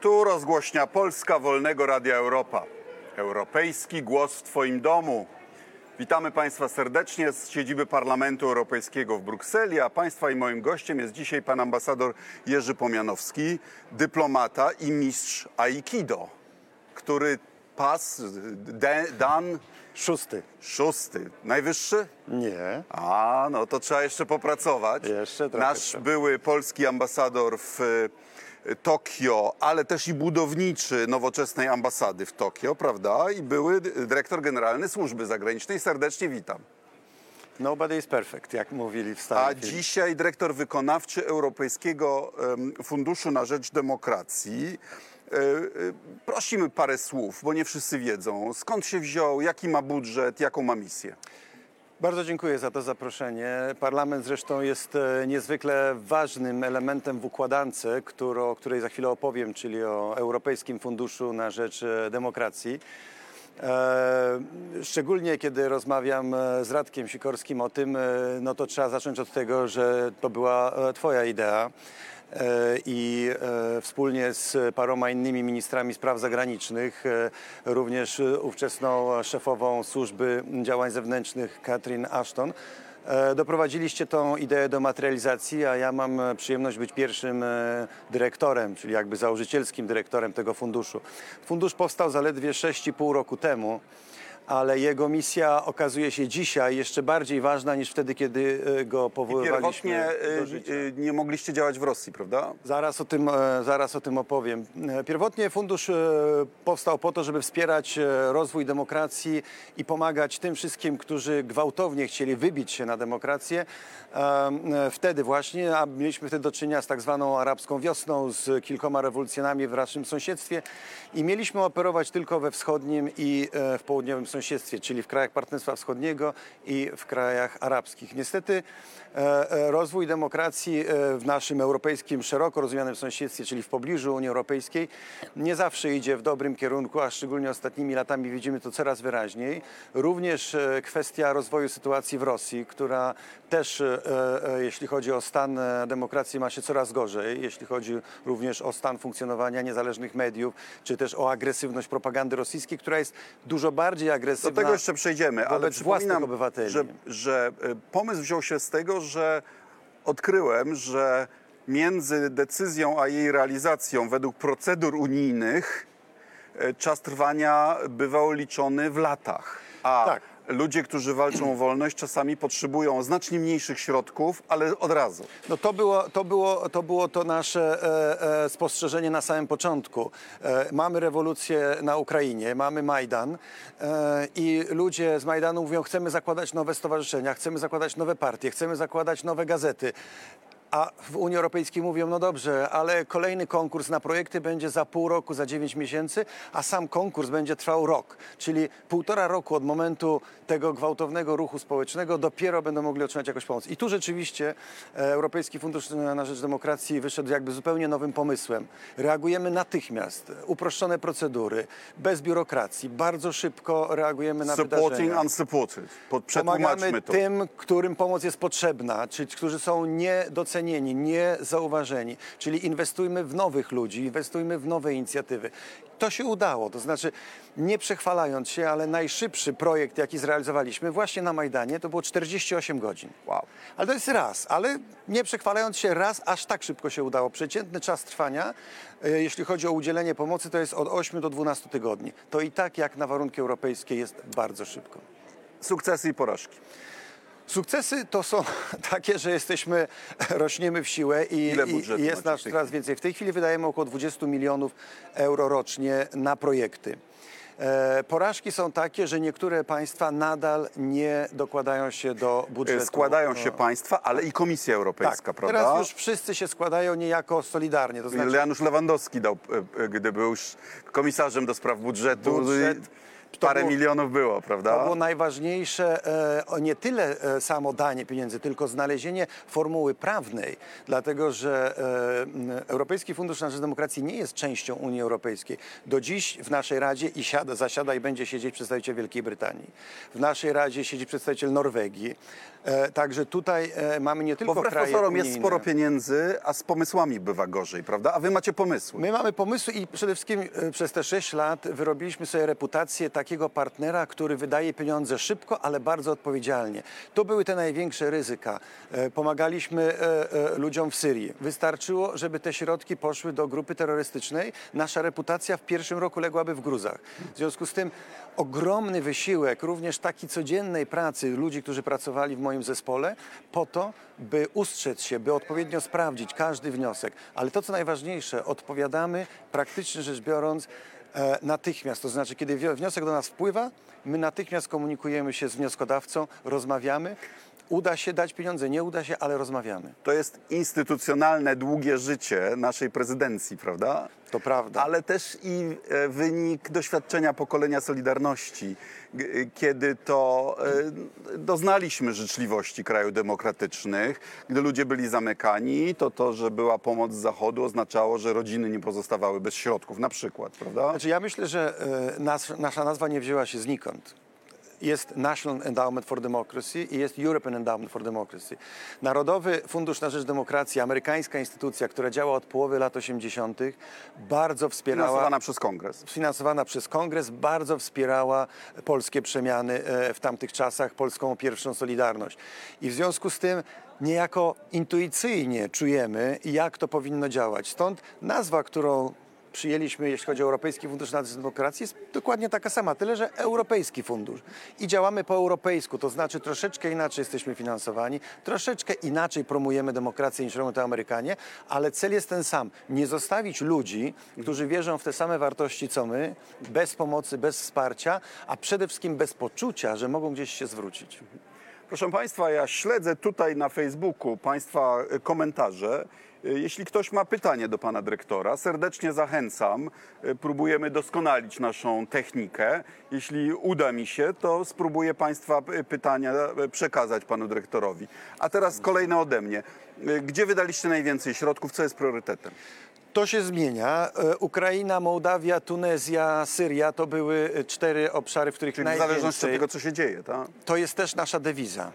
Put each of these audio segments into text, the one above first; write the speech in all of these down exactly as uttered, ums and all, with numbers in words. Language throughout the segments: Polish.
Tu rozgłośnia Polska Wolnego Radia Europa. Europejski głos w Twoim domu. Witamy Państwa serdecznie z siedziby Parlamentu Europejskiego w Brukseli, a Państwa i moim gościem jest dzisiaj pan ambasador Jerzy Pomianowski, dyplomata i mistrz Aikido, który pas, de, dan... Szósty. Szósty. Najwyższy? Nie. A, no to trzeba jeszcze popracować. Jeszcze trochę Nasz trzeba. były polski ambasador w Tokio, ale też i budowniczy nowoczesnej ambasady w Tokio, prawda? I były dyrektor generalny służby zagranicznej. Serdecznie witam. Nobody is perfect, jak mówili w A starym filmie. dzisiaj dyrektor wykonawczy Europejskiego Funduszu na Rzecz Demokracji. Prosimy parę słów, bo nie wszyscy wiedzą. Skąd się wziął, jaki ma budżet, jaką ma misję? Bardzo dziękuję za to zaproszenie. Parlament zresztą jest e, niezwykle ważnym elementem w układance, którą, o której za chwilę opowiem, czyli o Europejskim Funduszu na Rzecz e, Demokracji. E, szczególnie kiedy rozmawiam z Radkiem Sikorskim o tym, e, no to trzeba zacząć od tego, że to była e, twoja idea. I wspólnie z paroma innymi ministrami spraw zagranicznych, również ówczesną szefową służby działań zewnętrznych Catherine Ashton, doprowadziliście tą ideę do materializacji, a ja mam przyjemność być pierwszym dyrektorem, czyli jakby założycielskim dyrektorem tego funduszu. Fundusz powstał zaledwie sześć i pół roku temu. Ale jego misja okazuje się dzisiaj jeszcze bardziej ważna niż wtedy, kiedy go powoływaliśmy. I pierwotnie do życia. nie mogliście działać w Rosji, prawda? Zaraz o tym, zaraz o tym opowiem. Pierwotnie fundusz powstał po to, żeby wspierać rozwój demokracji i pomagać tym wszystkim, którzy gwałtownie chcieli wybić się na demokrację. Wtedy właśnie, a mieliśmy wtedy do czynienia z tak zwaną arabską wiosną, z kilkoma rewolucjami w naszym sąsiedztwie i mieliśmy operować tylko we wschodnim i w południowym sąsiedztwie, czyli w krajach Partnerstwa Wschodniego i w krajach arabskich. Niestety rozwój demokracji w naszym europejskim, szeroko rozumianym sąsiedztwie, czyli w pobliżu Unii Europejskiej, nie zawsze idzie w dobrym kierunku, a szczególnie ostatnimi latami widzimy to coraz wyraźniej. Również kwestia rozwoju sytuacji w Rosji, która też, jeśli chodzi o stan demokracji, ma się coraz gorzej, jeśli chodzi również o stan funkcjonowania niezależnych mediów, czy też o agresywność propagandy rosyjskiej, która jest dużo bardziej agresywna. Do tego jeszcze przejdziemy, ale przypominam, obywateli. Że, że pomysł wziął się z tego, że odkryłem, że między decyzją a jej realizacją według procedur unijnych czas trwania bywał liczony w latach. A tak. Ludzie, którzy walczą o wolność, czasami potrzebują znacznie mniejszych środków, ale od razu. No to było to, było, to, było to nasze e, e, spostrzeżenie na samym początku. E, mamy rewolucję na Ukrainie, mamy Majdan e, i ludzie z Majdanu mówią, chcemy zakładać nowe stowarzyszenia, chcemy zakładać nowe partie, chcemy zakładać nowe gazety. A w Unii Europejskiej mówią, no dobrze, ale kolejny konkurs na projekty będzie za pół roku, za dziewięć miesięcy, a sam konkurs będzie trwał rok. Czyli półtora roku od momentu tego gwałtownego ruchu społecznego dopiero będą mogli otrzymać jakąś pomoc. I tu rzeczywiście Europejski Fundusz na Rzecz Demokracji wyszedł jakby zupełnie nowym pomysłem. Reagujemy natychmiast, uproszczone procedury, bez biurokracji, bardzo szybko reagujemy na Supporting wydarzenia. unsupported. Przetłumaczmy Pomagamy to. tym, którym pomoc jest potrzebna, czy którzy są niedocenieni, niezauważeni. Czyli inwestujmy w nowych ludzi, inwestujmy w nowe inicjatywy. To się udało, to znaczy nie przechwalając się, ale najszybszy projekt, jaki zrealizowaliśmy właśnie na Majdanie, to było czterdzieści osiem godzin. Wow. Ale to jest raz, ale nie przechwalając się raz, aż tak szybko się udało. Przeciętny czas trwania, jeśli chodzi o udzielenie pomocy, to jest od ośmiu do dwunastu tygodni. To i tak jak na warunki europejskie jest bardzo szybko. Sukcesy i porażki. Sukcesy to są takie, że jesteśmy, rośniemy w siłę i, Ile i, budżetu i jest macie nas w tej coraz chwili? więcej. W tej chwili wydajemy około dwadzieścia milionów euro rocznie na projekty. E, porażki są takie, że niektóre państwa nadal nie dokładają się do budżetu. Składają się państwa, ale i Komisja Europejska, tak, prawda? teraz już wszyscy się składają niejako solidarnie. To znaczy, Janusz Lewandowski dał, gdy był już komisarzem do spraw budżetu, Budżet, parę było, milionów było, prawda? To było najważniejsze, e, nie tyle e, samo danie pieniędzy, tylko znalezienie formuły prawnej, dlatego że e, Europejski Fundusz na Rzecz Demokracji nie jest częścią Unii Europejskiej. Do dziś w naszej Radzie i siada, zasiada i będzie siedzieć przedstawiciel Wielkiej Brytanii. W naszej Radzie siedzi przedstawiciel Norwegii. E, także tutaj e, mamy nie tylko Bo wbrew kraje pozorom jest unijne. sporo pieniędzy, a z pomysłami bywa gorzej, prawda? A wy macie pomysły. My mamy pomysły i przede wszystkim e, przez te sześć lat wyrobiliśmy sobie reputację takiego partnera, który wydaje pieniądze szybko, ale bardzo odpowiedzialnie. To były te największe ryzyka. E, pomagaliśmy e, e, ludziom w Syrii. Wystarczyło, żeby te środki poszły do grupy terrorystycznej. Nasza reputacja w pierwszym roku ległaby w gruzach. W związku z tym ogromny wysiłek, również taki codziennej pracy ludzi, którzy pracowali w moim zespole, po to, by ustrzec się, by odpowiednio sprawdzić każdy wniosek. Ale to, co najważniejsze, odpowiadamy praktycznie rzecz biorąc e, natychmiast. To znaczy, kiedy wniosek do nas wpływa, my natychmiast komunikujemy się z wnioskodawcą, rozmawiamy. Uda się dać pieniądze, nie uda się, ale rozmawiamy. To jest instytucjonalne, długie życie naszej prezydencji, prawda? To prawda. Ale też i e, wynik doświadczenia pokolenia Solidarności, g- kiedy to e, doznaliśmy życzliwości krajów demokratycznych. Gdy ludzie byli zamykani, to to, że była pomoc z Zachodu, oznaczało, że rodziny nie pozostawały bez środków, na przykład, prawda? Znaczy, ja myślę, że e, nas, nasza nazwa nie wzięła się znikąd. Jest National Endowment for Democracy i jest European Endowment for Democracy. Narodowy Fundusz na Rzecz Demokracji, amerykańska instytucja, która działa od połowy lat osiemdziesiątych, bardzo wspierała... Finansowana przez Kongres. Finansowana przez Kongres, bardzo wspierała polskie przemiany e, w tamtych czasach, polską pierwszą Solidarność. I w związku z tym niejako intuicyjnie czujemy, jak to powinno działać. Stąd nazwa, którą przyjęliśmy, jeśli chodzi o Europejski Fundusz na Rzecz Demokracji, jest dokładnie taka sama, tyle że Europejski Fundusz. I działamy po europejsku, to znaczy troszeczkę inaczej jesteśmy finansowani, troszeczkę inaczej promujemy demokrację niż robią to Amerykanie, ale cel jest ten sam. Nie zostawić ludzi, którzy wierzą w te same wartości co my, bez pomocy, bez wsparcia, a przede wszystkim bez poczucia, że mogą gdzieś się zwrócić. Proszę Państwa, ja śledzę tutaj na Facebooku Państwa komentarze. Jeśli ktoś ma pytanie do Pana Dyrektora, serdecznie zachęcam. Próbujemy doskonalić naszą technikę. Jeśli uda mi się, to spróbuję Państwa pytania przekazać Panu Dyrektorowi. A teraz kolejne ode mnie. Gdzie wydaliście najwięcej środków? Co jest priorytetem? To się zmienia. E, Ukraina, Mołdawia, Tunezja, Syria to były cztery obszary, w których Czyli w najwięcej... zależności od tego, co się dzieje, tak? To jest też nasza dewiza.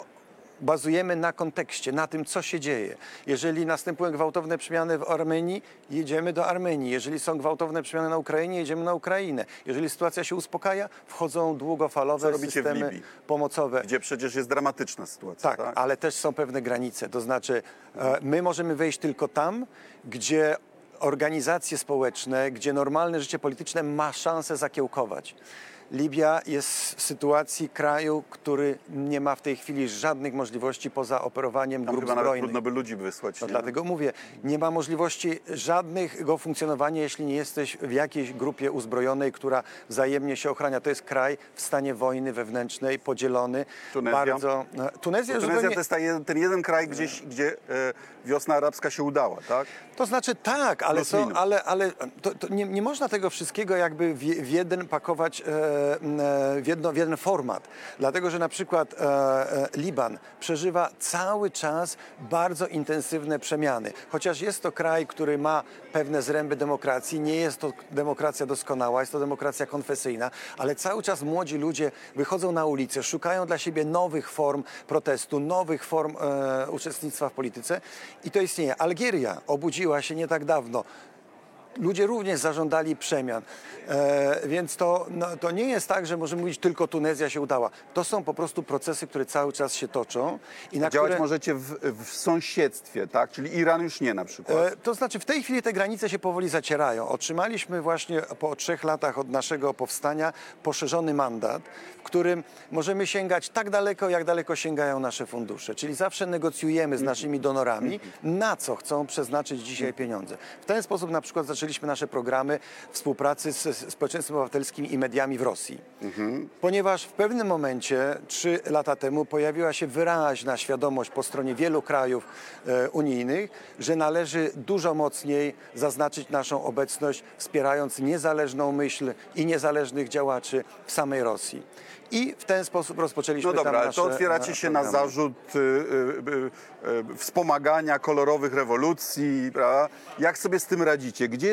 Bazujemy na kontekście, na tym, co się dzieje. Jeżeli następują gwałtowne przemiany w Armenii, jedziemy do Armenii. Jeżeli są gwałtowne przemiany na Ukrainie, jedziemy na Ukrainę. Jeżeli sytuacja się uspokaja, wchodzą długofalowe Co robicie w systemy Libii? pomocowe. Gdzie przecież jest dramatyczna sytuacja, Tak, tak? ale też są pewne granice. To znaczy, e, my możemy wejść tylko tam, gdzie organizacje społeczne, gdzie normalne życie polityczne ma szansę zakiełkować. Libia jest w sytuacji kraju, który nie ma w tej chwili żadnych możliwości poza operowaniem Tam grup chyba nawet zbrojnych. trudno by ludzi wysłać. No nie? dlatego mówię, nie ma możliwości żadnego funkcjonowania, jeśli nie jesteś w jakiejś grupie uzbrojonej, która wzajemnie się ochrania. To jest kraj w stanie wojny wewnętrznej, podzielony. Tunezja? Bardzo. Tunezja, Tunezja zupełnie... to jest ta jeden, ten jeden kraj, gdzieś, gdzie e, wiosna arabska się udała, tak? To znaczy tak, ale, Plus są, minus. ale, ale to, to nie, nie można tego wszystkiego jakby w, w jeden pakować, e, e, w, jedno, w jeden format. Dlatego, że na przykład e, e, Liban przeżywa cały czas bardzo intensywne przemiany. Chociaż jest to kraj, który ma pewne zręby demokracji, nie jest to demokracja doskonała, jest to demokracja konfesyjna, ale cały czas młodzi ludzie wychodzą na ulicę, szukają dla siebie nowych form protestu, nowych form e, uczestnictwa w polityce i to istnieje. Algieria obudziła się nie tak dawno. Ludzie również zażądali przemian, e, więc to, no, to nie jest tak, że możemy mówić tylko Tunezja się udała. To są po prostu procesy, które cały czas się toczą. I na Działać które, możecie w, w sąsiedztwie, tak? Czyli Iran już nie na przykład. e, to znaczy w tej chwili te granice się powoli zacierają. Otrzymaliśmy właśnie po trzech latach od naszego powstania poszerzony mandat, w którym możemy sięgać tak daleko, jak daleko sięgają nasze fundusze. Czyli zawsze negocjujemy z naszymi donorami, na co chcą przeznaczyć dzisiaj pieniądze. W ten sposób na przykład zaczęliśmy nasze programy współpracy z, z społeczeństwem obywatelskim i mediami w Rosji. Mhm. Ponieważ w pewnym momencie, trzy lata temu, pojawiła się wyraźna świadomość po stronie wielu krajów e, unijnych, że należy dużo mocniej zaznaczyć naszą obecność, wspierając niezależną myśl i niezależnych działaczy w samej Rosji. I w ten sposób rozpoczęliśmy No dobra, tam ale nasze to otwieracie e, się na programy. zarzut y, y, y, y, wspomagania kolorowych rewolucji, prawda? Jak sobie z tym radzicie? Gdzie jest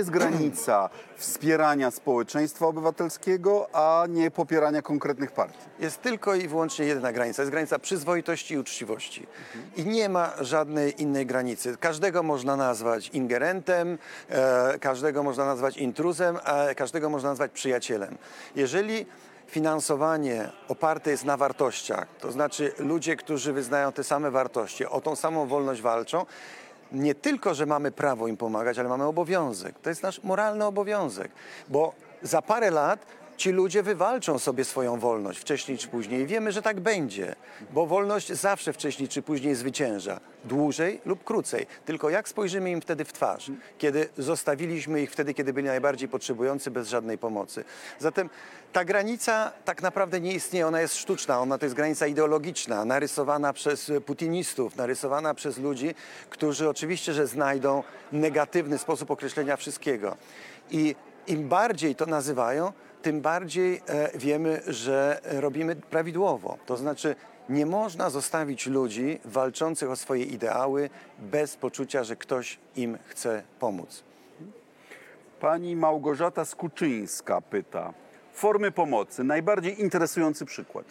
jest granica wspierania społeczeństwa obywatelskiego, a nie popierania konkretnych partii? Jest tylko i wyłącznie jedna granica. Jest granica przyzwoitości i uczciwości. I nie ma żadnej innej granicy. Każdego można nazwać ingerentem, e, każdego można nazwać intruzem, a każdego można nazwać przyjacielem. Jeżeli finansowanie oparte jest na wartościach, to znaczy ludzie, którzy wyznają te same wartości, o tą samą wolność walczą, nie tylko, że mamy prawo im pomagać, ale mamy obowiązek. To jest nasz moralny obowiązek, bo za parę lat ci ludzie wywalczą sobie swoją wolność wcześniej czy później i wiemy, że tak będzie, bo wolność zawsze wcześniej czy później zwycięża, dłużej lub krócej. Tylko jak spojrzymy im wtedy w twarz, kiedy zostawiliśmy ich wtedy, kiedy byli najbardziej potrzebujący, bez żadnej pomocy. Zatem ta granica tak naprawdę nie istnieje, ona jest sztuczna, ona to jest granica ideologiczna, narysowana przez putinistów, narysowana przez ludzi, którzy oczywiście, że znajdą negatywny sposób określenia wszystkiego. I im bardziej to nazywają, tym bardziej e, wiemy, że robimy prawidłowo. To znaczy nie można zostawić ludzi walczących o swoje ideały bez poczucia, że ktoś im chce pomóc. Pani Małgorzata Skuczyńska pyta. Formy pomocy. Najbardziej interesujący przykład.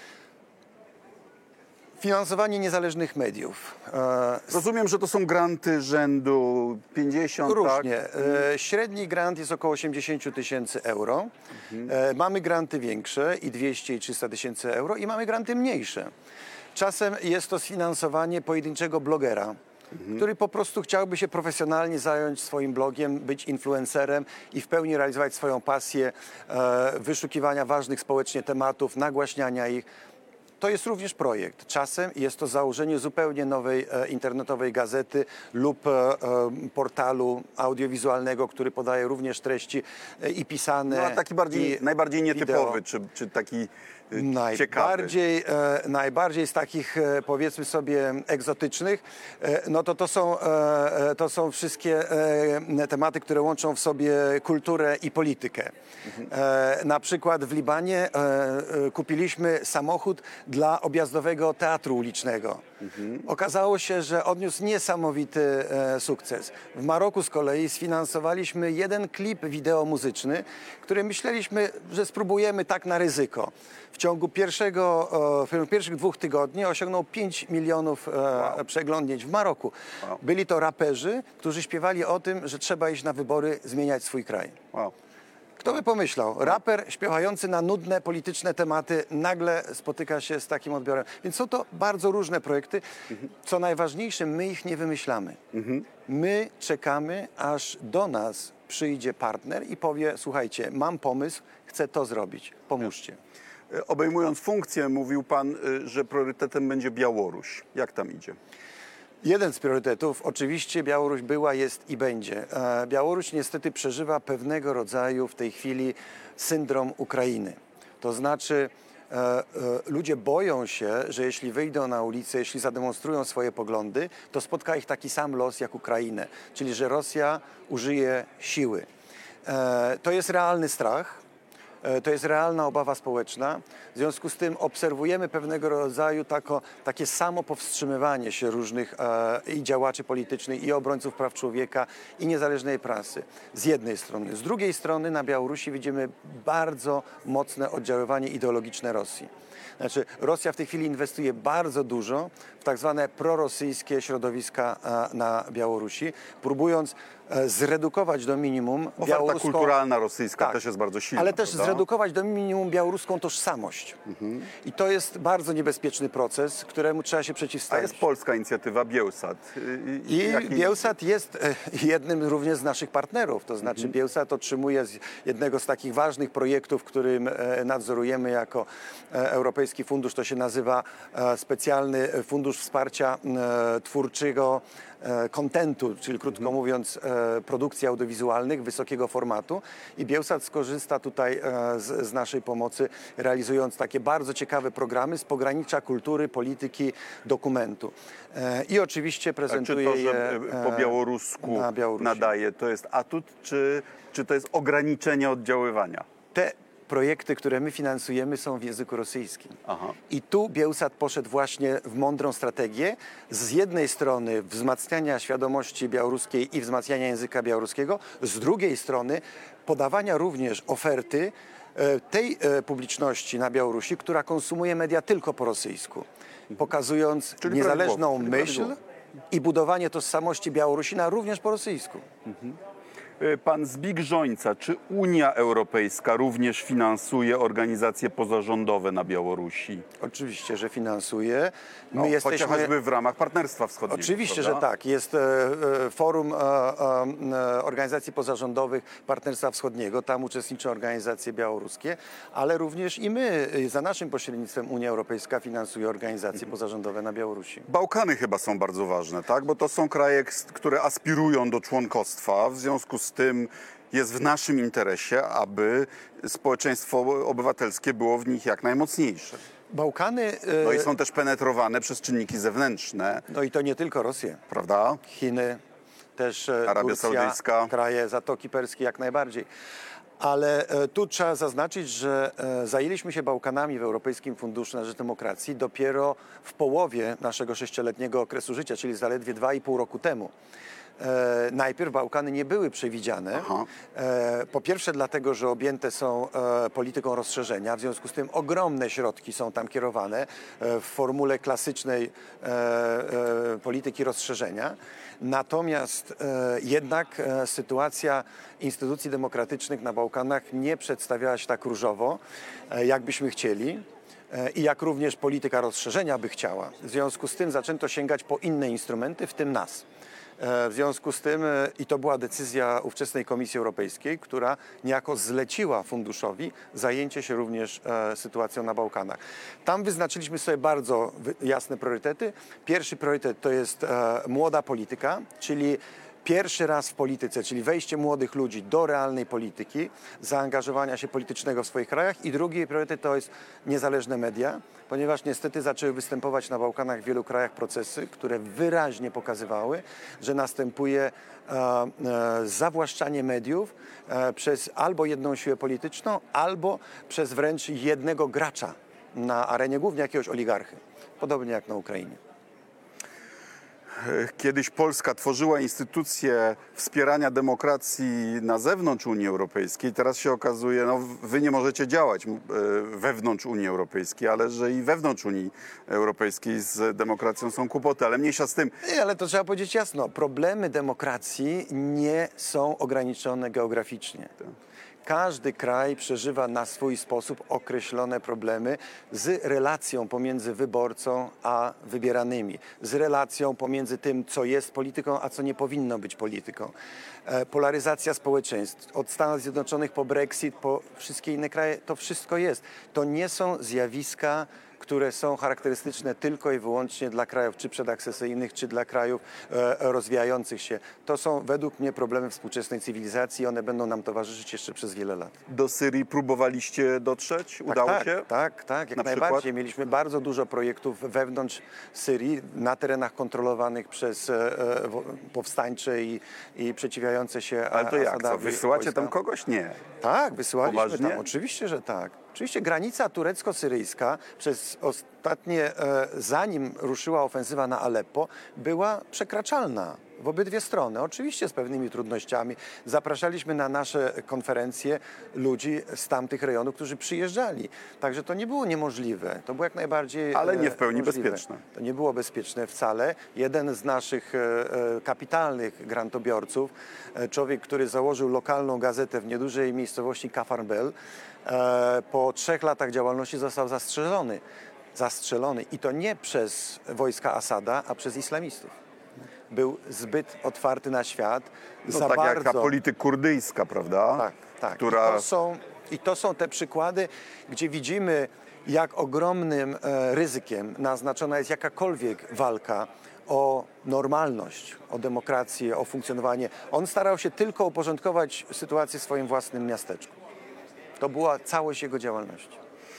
Finansowanie niezależnych mediów. E, Rozumiem, że to są granty rzędu pięćdziesiąt, Różnie. tak? E, średni grant jest około osiemdziesiąt tysięcy euro. E, mamy granty większe i dwieście i trzysta tysięcy euro i mamy granty mniejsze. Czasem jest to sfinansowanie pojedynczego blogera, mhm. który po prostu chciałby się profesjonalnie zająć swoim blogiem, być influencerem i w pełni realizować swoją pasję e, wyszukiwania ważnych społecznie tematów, nagłaśniania ich. To jest również projekt. Czasem jest to założenie zupełnie nowej e, internetowej gazety lub e, e, portalu audiowizualnego, który podaje również treści e, i pisane. No, a taki bardziej, i najbardziej nietypowy, wideo. czy, czy taki e, ciekawy? Najbardziej, e, najbardziej z takich, e, powiedzmy sobie, egzotycznych, e, no to to są, e, to są wszystkie e, tematy, które łączą w sobie kulturę i politykę. Mhm. E, na przykład w Libanie e, e, kupiliśmy samochód dla objazdowego teatru ulicznego. Mhm. Okazało się, że odniósł niesamowity e, sukces. W Maroku z kolei sfinansowaliśmy jeden klip wideo muzyczny, który myśleliśmy, że spróbujemy tak na ryzyko. W ciągu pierwszego, e, pierwszych dwóch tygodni osiągnął pięć milionów e, wow. przeglądnięć w Maroku. Wow. Byli to raperzy, którzy śpiewali o tym, że trzeba iść na wybory, zmieniać swój kraj. Wow. Kto by pomyślał? Raper śpiewający na nudne polityczne tematy nagle spotyka się z takim odbiorem. Więc są to bardzo różne projekty. Co najważniejsze, my ich nie wymyślamy. My czekamy, aż do nas przyjdzie partner i powie: słuchajcie, mam pomysł, chcę to zrobić, pomóżcie. Obejmując funkcję, mówił pan, że priorytetem będzie Białoruś. Jak tam idzie? Jeden z priorytetów, oczywiście Białoruś była, jest i będzie. Białoruś niestety przeżywa pewnego rodzaju w tej chwili syndrom Ukrainy. To znaczy e, e, ludzie boją się, że jeśli wyjdą na ulicę, jeśli zademonstrują swoje poglądy, to spotka ich taki sam los jak Ukrainę, czyli że Rosja użyje siły. E, to jest realny strach. To jest realna obawa społeczna. W związku z tym obserwujemy pewnego rodzaju tako, takie samo powstrzymywanie się różnych e, i działaczy politycznych, i obrońców praw człowieka, i niezależnej prasy. Z jednej strony. Z drugiej strony na Białorusi widzimy bardzo mocne oddziaływanie ideologiczne Rosji. Znaczy, Rosja w tej chwili inwestuje bardzo dużo w tak zwane prorosyjskie środowiska na Białorusi, próbując zredukować do minimum Oferta białoruską... kulturalna rosyjska tak, też jest bardzo silna. ale też prawda? zredukować do minimum białoruską tożsamość. Mhm. I to jest bardzo niebezpieczny proces, któremu trzeba się A przeciwstawić. jest polska inicjatywa Bielsat. I Jaki... Bielsat jest jednym również z naszych partnerów. To znaczy mhm. Bielsat otrzymuje z jednego z takich ważnych projektów, którym nadzorujemy jako Europejski Fundusz, to się nazywa Specjalny Fundusz Wsparcia Twórczego kontentu, czyli krótko mhm. mówiąc produkcji audiowizualnych wysokiego formatu, i Bielsat skorzysta tutaj z, z naszej pomocy, realizując takie bardzo ciekawe programy z pogranicza kultury, polityki, dokumentu. I oczywiście prezentuje A czy to, że je po białorusku na Białorusi. nadaje, to jest atut, czy, czy to jest ograniczenie oddziaływania? Te projekty, które my finansujemy, są w języku rosyjskim. Aha. I tu Biełsat poszedł właśnie w mądrą strategię. Z jednej strony wzmacniania świadomości białoruskiej i wzmacniania języka białoruskiego, z drugiej strony podawania również oferty e, tej e, publiczności na Białorusi, która konsumuje media tylko po rosyjsku, pokazując Czyli niezależną prawidłowo, czyli myśl prawidłowo. i budowanie tożsamości Białorusina również po rosyjsku. Pan Zbigniew Żońca, czy Unia Europejska również finansuje organizacje pozarządowe na Białorusi? Oczywiście, że finansuje. My No, jesteśmy... chociażby w ramach Partnerstwa Wschodniego. Oczywiście, prawda? że tak. Jest e, e, forum e, e, organizacji pozarządowych Partnerstwa Wschodniego. Tam uczestniczą organizacje białoruskie, ale również i my, e, za naszym pośrednictwem Unia Europejska finansuje organizacje pozarządowe na Białorusi. Bałkany chyba są bardzo ważne, tak? Bo to są kraje, które aspirują do członkostwa. W związku z tym jest w naszym interesie, aby społeczeństwo obywatelskie było w nich jak najmocniejsze. Bałkany... e, No i są też penetrowane przez czynniki zewnętrzne, no i to nie tylko Rosję. prawda? Chiny, też e, Arabia Turcja, Saudyjska. kraje Zatoki Perskiej jak najbardziej. Ale e, tu trzeba zaznaczyć, że e, zajęliśmy się Bałkanami w Europejskim Funduszu na Rzecz Demokracji dopiero w połowie naszego sześcioletniego okresu życia, czyli zaledwie dwa i pół roku temu. E, najpierw Bałkany nie były przewidziane. Aha. E, po pierwsze dlatego, że objęte są e, polityką rozszerzenia, w związku z tym ogromne środki są tam kierowane e, w formule klasycznej e, e, polityki rozszerzenia. Natomiast e, jednak e, sytuacja instytucji demokratycznych na Bałkanach nie przedstawiała się tak różowo, e, jak byśmy chcieli. E, I jak również polityka rozszerzenia by chciała. W związku z tym zaczęto sięgać po inne instrumenty, w tym nas. E, W związku z tym, e, i to była decyzja ówczesnej Komisji Europejskiej, która niejako zleciła funduszowi zajęcie się również e, sytuacją na Bałkanach. Tam wyznaczyliśmy sobie bardzo wy- jasne priorytety. Pierwszy priorytet to jest e, młoda polityka, czyli pierwszy raz w polityce, czyli wejście młodych ludzi do realnej polityki, zaangażowania się politycznego w swoich krajach. I drugi priorytet to jest niezależne media, ponieważ niestety zaczęły występować na Bałkanach w wielu krajach procesy, które wyraźnie pokazywały, że następuje e, e, zawłaszczanie mediów e, przez albo jedną siłę polityczną, albo przez wręcz jednego gracza na arenie, głównie jakiegoś oligarchy. Podobnie jak na Ukrainie. Kiedyś Polska tworzyła instytucje wspierania demokracji na zewnątrz Unii Europejskiej. Teraz się okazuje, no wy nie możecie działać m, e, wewnątrz Unii Europejskiej, ale że i wewnątrz Unii Europejskiej z demokracją są kłopoty, ale mniejsza z tym. Nie, ale to trzeba powiedzieć jasno. Problemy demokracji nie są ograniczone geograficznie. Każdy kraj przeżywa na swój sposób określone problemy z relacją pomiędzy wyborcą a wybieranymi, z relacją pomiędzy tym, co jest polityką, a co nie powinno być polityką. E, polaryzacja społeczeństw, od Stanów Zjednoczonych po Brexit, po wszystkie inne kraje, to wszystko jest. To nie są zjawiska, które są charakterystyczne tylko i wyłącznie dla krajów czy przedakcesyjnych, czy dla krajów e, rozwijających się. To są według mnie problemy współczesnej cywilizacji i one będą nam towarzyszyć jeszcze przez wiele lat. Do Syrii próbowaliście dotrzeć? Udało tak, się? Tak, tak, jak Na najbardziej. przykład? Mieliśmy bardzo dużo projektów wewnątrz Syrii, na terenach kontrolowanych przez e, e, wo- powstańcze i, i przeciwiające się Ale to jak? Co, Asadowi wysyłacie wojska. tam kogoś? Nie. Tak, wysyłaliśmy Poważnie? tam, oczywiście, że tak. Oczywiście granica turecko-syryjska przez ostatnie, e, zanim ruszyła ofensywa na Aleppo, była przekraczalna w obydwie strony. Oczywiście z pewnymi trudnościami. Zapraszaliśmy na nasze konferencje ludzi z tamtych rejonów, którzy przyjeżdżali. Także to nie było niemożliwe. To było jak najbardziej Ale nie w e, pełni możliwe. bezpieczne. To nie było bezpieczne wcale. Jeden z naszych e, e, kapitalnych grantobiorców, e, człowiek, który założył lokalną gazetę w niedużej miejscowości Kafarmbel, e, po trzech latach działalności został zastrzelony. Zastrzelony i to nie przez wojska Asada, a przez islamistów. Był zbyt otwarty na świat, No za tak bardzo... jak ta polityka kurdyjska, prawda? Tak, tak. Która... I, to są, I to są te przykłady, gdzie widzimy, jak ogromnym e, ryzykiem naznaczona jest jakakolwiek walka o normalność, o demokrację, o funkcjonowanie. On starał się tylko uporządkować sytuację w swoim własnym miasteczku. To była całość jego działalności.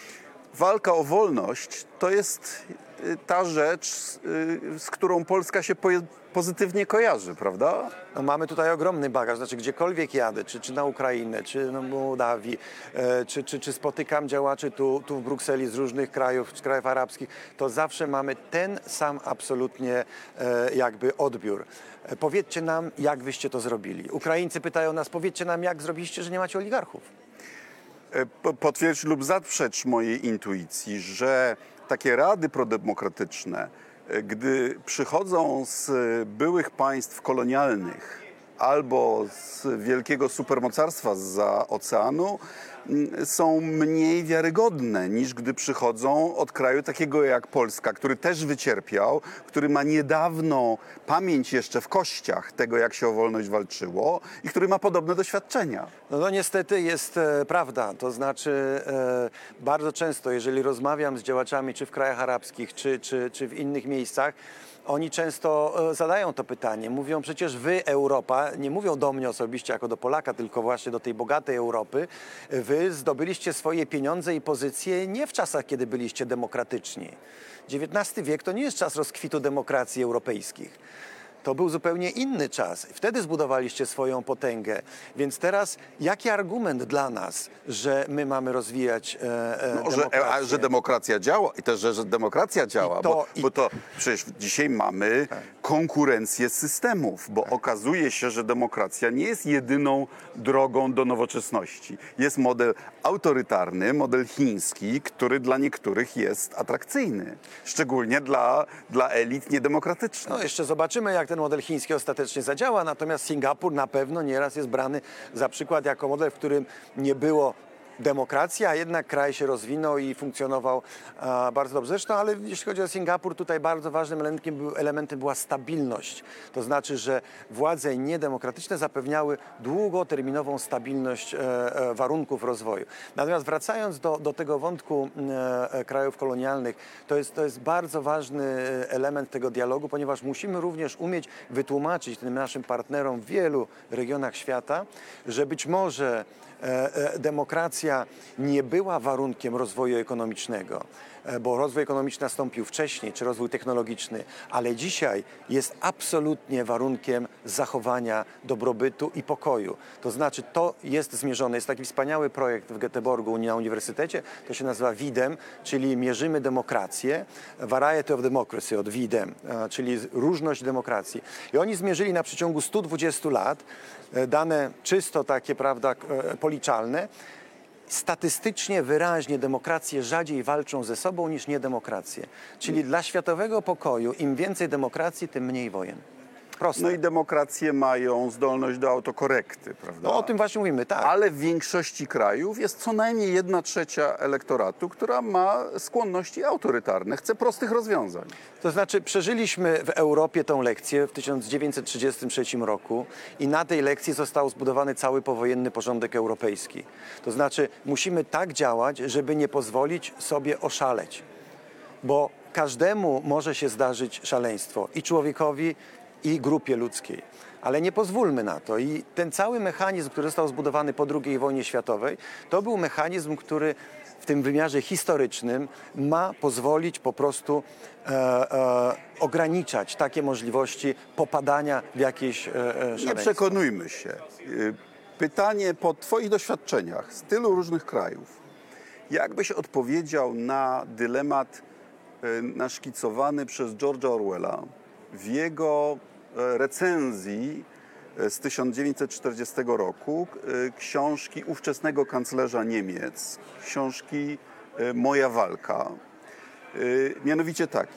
Walka o wolność to jest y, ta rzecz, y, z którą Polska się poje- pozytywnie kojarzy, prawda? No, mamy tutaj ogromny bagaż, znaczy gdziekolwiek jadę, czy, czy na Ukrainę, czy na Mołdawii, e, czy, czy, czy spotykam działaczy tu, tu w Brukseli z różnych krajów, z krajów arabskich, to zawsze mamy ten sam absolutnie e, jakby odbiór. E, powiedzcie nam, jak wyście to zrobili. Ukraińcy pytają nas, powiedzcie nam, jak zrobiliście, że nie macie oligarchów. Potwierdź lub zaprzecz mojej intuicji, że takie rady prodemokratyczne, gdy przychodzą z byłych państw kolonialnych albo z wielkiego supermocarstwa zza oceanu, są mniej wiarygodne niż gdy przychodzą od kraju takiego jak Polska, który też wycierpiał, który ma niedawno pamięć jeszcze w kościach tego, jak się o wolność walczyło i który ma podobne doświadczenia. No, no niestety jest e, prawda, to znaczy e, bardzo często, jeżeli rozmawiam z działaczami czy w krajach arabskich, czy, czy, czy w innych miejscach, oni często e, zadają to pytanie. Mówią, przecież wy, Europa, nie mówią do mnie osobiście jako do Polaka, tylko właśnie do tej bogatej Europy, wy zdobyliście swoje pieniądze i pozycje nie w czasach, kiedy byliście demokratyczni. dziewiętnasty wiek to nie jest czas rozkwitu demokracji europejskich. To był zupełnie inny czas. Wtedy zbudowaliście swoją potęgę. Więc teraz jaki argument dla nas, że my mamy rozwijać e, e, No, że, demokrację? a, że demokracja działa i też, że, że demokracja działa, to- bo, i- bo to przecież dzisiaj mamy konkurencję systemów, bo okazuje się, że demokracja nie jest jedyną drogą do nowoczesności. Jest model autorytarny, model chiński, który dla niektórych jest atrakcyjny, szczególnie dla, dla elit niedemokratycznych. No jeszcze zobaczymy, jak ten model chiński ostatecznie zadziała, natomiast Singapur na pewno nieraz jest brany za przykład jako model, w którym nie było demokracji, a jednak kraj się rozwinął i funkcjonował a, bardzo dobrze. Zresztą, ale jeśli chodzi o Singapur, tutaj bardzo ważnym elementem, był, elementem była stabilność. To znaczy, że władze niedemokratyczne zapewniały długoterminową stabilność e, e, warunków rozwoju. Natomiast wracając do, do tego wątku e, krajów kolonialnych, to jest, to jest bardzo ważny element tego dialogu, ponieważ musimy również umieć wytłumaczyć tym naszym partnerom w wielu regionach świata, że być może e, e, demokracja nie była warunkiem rozwoju ekonomicznego, bo rozwój ekonomiczny nastąpił wcześniej, czy rozwój technologiczny, ale dzisiaj jest absolutnie warunkiem zachowania dobrobytu i pokoju. To znaczy to jest zmierzone. Jest taki wspaniały projekt w Göteborgu na uniwersytecie, to się nazywa WIDEM, czyli mierzymy demokrację, Variety of Democracy od WIDEM, czyli różność demokracji. I oni zmierzyli na przeciągu stu dwudziestu lat dane czysto takie, prawda, policzalne. Statystycznie, wyraźnie demokracje rzadziej walczą ze sobą niż niedemokracje. Czyli dla światowego pokoju im więcej demokracji, tym mniej wojen. Proste. No i demokracje mają zdolność do autokorekty, prawda? No o tym właśnie mówimy, tak. Ale w większości krajów jest co najmniej jedna trzecia elektoratu, która ma skłonności autorytarne, chce prostych rozwiązań. To znaczy przeżyliśmy w Europie tą lekcję w tysiąc dziewięćset trzydziestym trzecim roku i na tej lekcji został zbudowany cały powojenny porządek europejski. To znaczy musimy tak działać, żeby nie pozwolić sobie oszaleć, bo każdemu może się zdarzyć szaleństwo i człowiekowi, i grupie ludzkiej. Ale nie pozwólmy na to. I ten cały mechanizm, który został zbudowany po drugiej wojnie światowej, to był mechanizm, który w tym wymiarze historycznym ma pozwolić po prostu e, e, ograniczać takie możliwości popadania w jakieś e, e, szaleństwo. Nie przekonujmy się. Y, Pytanie po twoich doświadczeniach z tylu różnych krajów. Jak byś odpowiedział na dylemat y, naszkicowany przez George'a Orwella w jego recenzji z tysiąc dziewięćset czterdziestego roku książki ówczesnego kanclerza Niemiec, książki Moja walka. Mianowicie taki,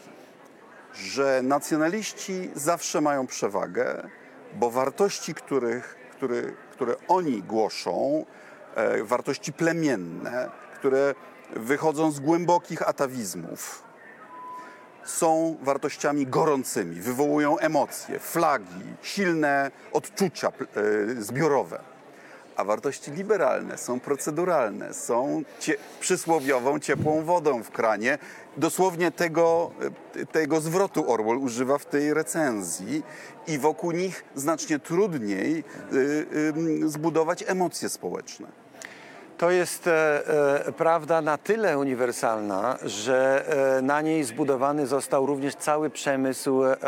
że nacjonaliści zawsze mają przewagę, bo wartości, których, które, które oni głoszą, wartości plemienne, które wychodzą z głębokich atawizmów, są wartościami gorącymi, wywołują emocje, flagi, silne odczucia y, zbiorowe. A wartości liberalne są proceduralne, są cie, przysłowiową ciepłą wodą w kranie. Dosłownie tego, tego zwrotu Orwell używa w tej recenzji i wokół nich znacznie trudniej y, y, zbudować emocje społeczne. To jest e, e, prawda na tyle uniwersalna, że e, na niej zbudowany został również cały przemysł e,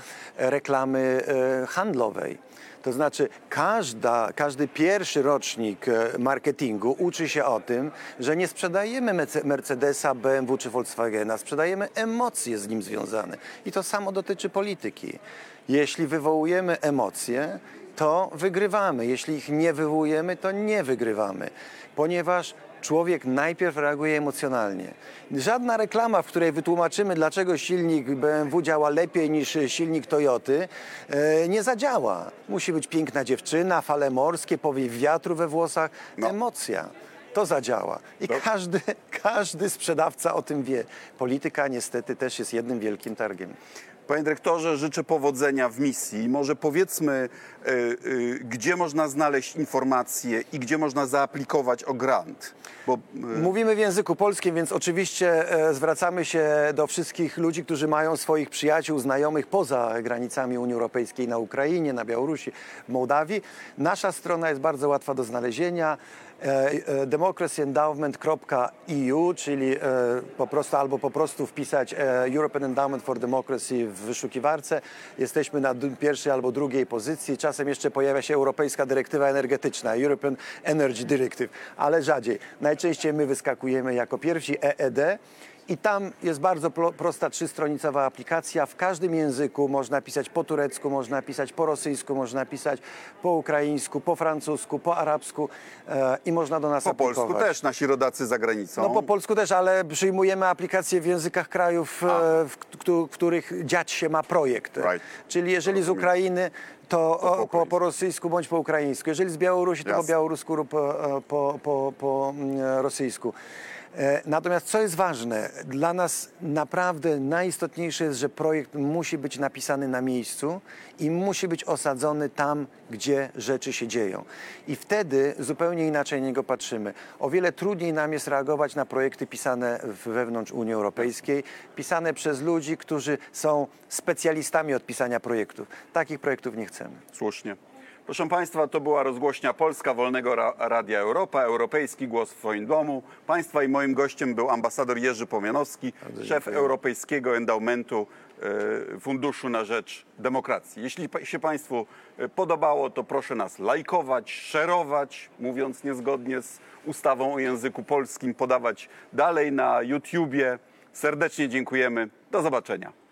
reklamy e, handlowej. To znaczy każda, każdy pierwszy rocznik marketingu uczy się o tym, że nie sprzedajemy Mercedesa, B M W czy Volkswagena, sprzedajemy emocje z nim związane. I to samo dotyczy polityki. Jeśli wywołujemy emocje, to wygrywamy. Jeśli ich nie wywołujemy, to nie wygrywamy. Ponieważ człowiek najpierw reaguje emocjonalnie. Żadna reklama, w której wytłumaczymy, dlaczego silnik B M W działa lepiej niż silnik Toyoty, e, nie zadziała. Musi być piękna dziewczyna, fale morskie, powiew wiatru we włosach, no. emocja. To zadziała. I to... każdy, każdy sprzedawca o tym wie. Polityka niestety też jest jednym wielkim targiem. Panie dyrektorze, życzę powodzenia w misji. Może powiedzmy, y, y, gdzie można znaleźć informacje i gdzie można zaaplikować o grant? Bo, y... Mówimy w języku polskim, więc oczywiście e, zwracamy się do wszystkich ludzi, którzy mają swoich przyjaciół, znajomych poza granicami Unii Europejskiej, na Ukrainie, na Białorusi, w Mołdawii. Nasza strona jest bardzo łatwa do znalezienia. democracy endowment kropka e u, czyli e, po prostu albo po prostu wpisać e, European Endowment for Democracy w wyszukiwarce. Jesteśmy na pierwszej albo drugiej pozycji. Czasem jeszcze pojawia się Europejska Dyrektywa Energetyczna, European Energy Directive, ale rzadziej. Najczęściej my wyskakujemy jako pierwsi, E E D. I tam jest bardzo prosta trzystronicowa aplikacja. W każdym języku można pisać po turecku, można pisać po rosyjsku, można pisać po ukraińsku, po francusku, po arabsku e, i można do nas po aplikować. Po polsku też nasi rodacy za granicą. No po polsku też, ale przyjmujemy aplikacje w językach krajów, e, w, w których dziać się ma projekt. Right. Czyli jeżeli z Ukrainy, to po, po, po, po rosyjsku bądź po ukraińsku. Jeżeli z Białorusi, to Jasne. po białorusku lub po, po, po, po rosyjsku. Natomiast co jest ważne, dla nas naprawdę najistotniejsze jest, że projekt musi być napisany na miejscu i musi być osadzony tam, gdzie rzeczy się dzieją. I wtedy zupełnie inaczej na niego patrzymy. O wiele trudniej nam jest reagować na projekty pisane wewnątrz Unii Europejskiej, pisane przez ludzi, którzy są specjalistami od pisania projektów. Takich projektów nie chcemy. Słusznie. Proszę Państwa, to była rozgłośnia Polska Wolnego Radia Europa, Europejski Głos w Twoim Domu. Państwa i moim gościem był ambasador Jerzy Pomianowski, Bardzo szef dziękuję. Europejskiego Endowmentu e, Funduszu na Rzecz Demokracji. Jeśli się Państwu podobało, to proszę nas lajkować, szerować, mówiąc niezgodnie z ustawą o języku polskim, podawać dalej na YouTubie. Serdecznie dziękujemy. Do zobaczenia.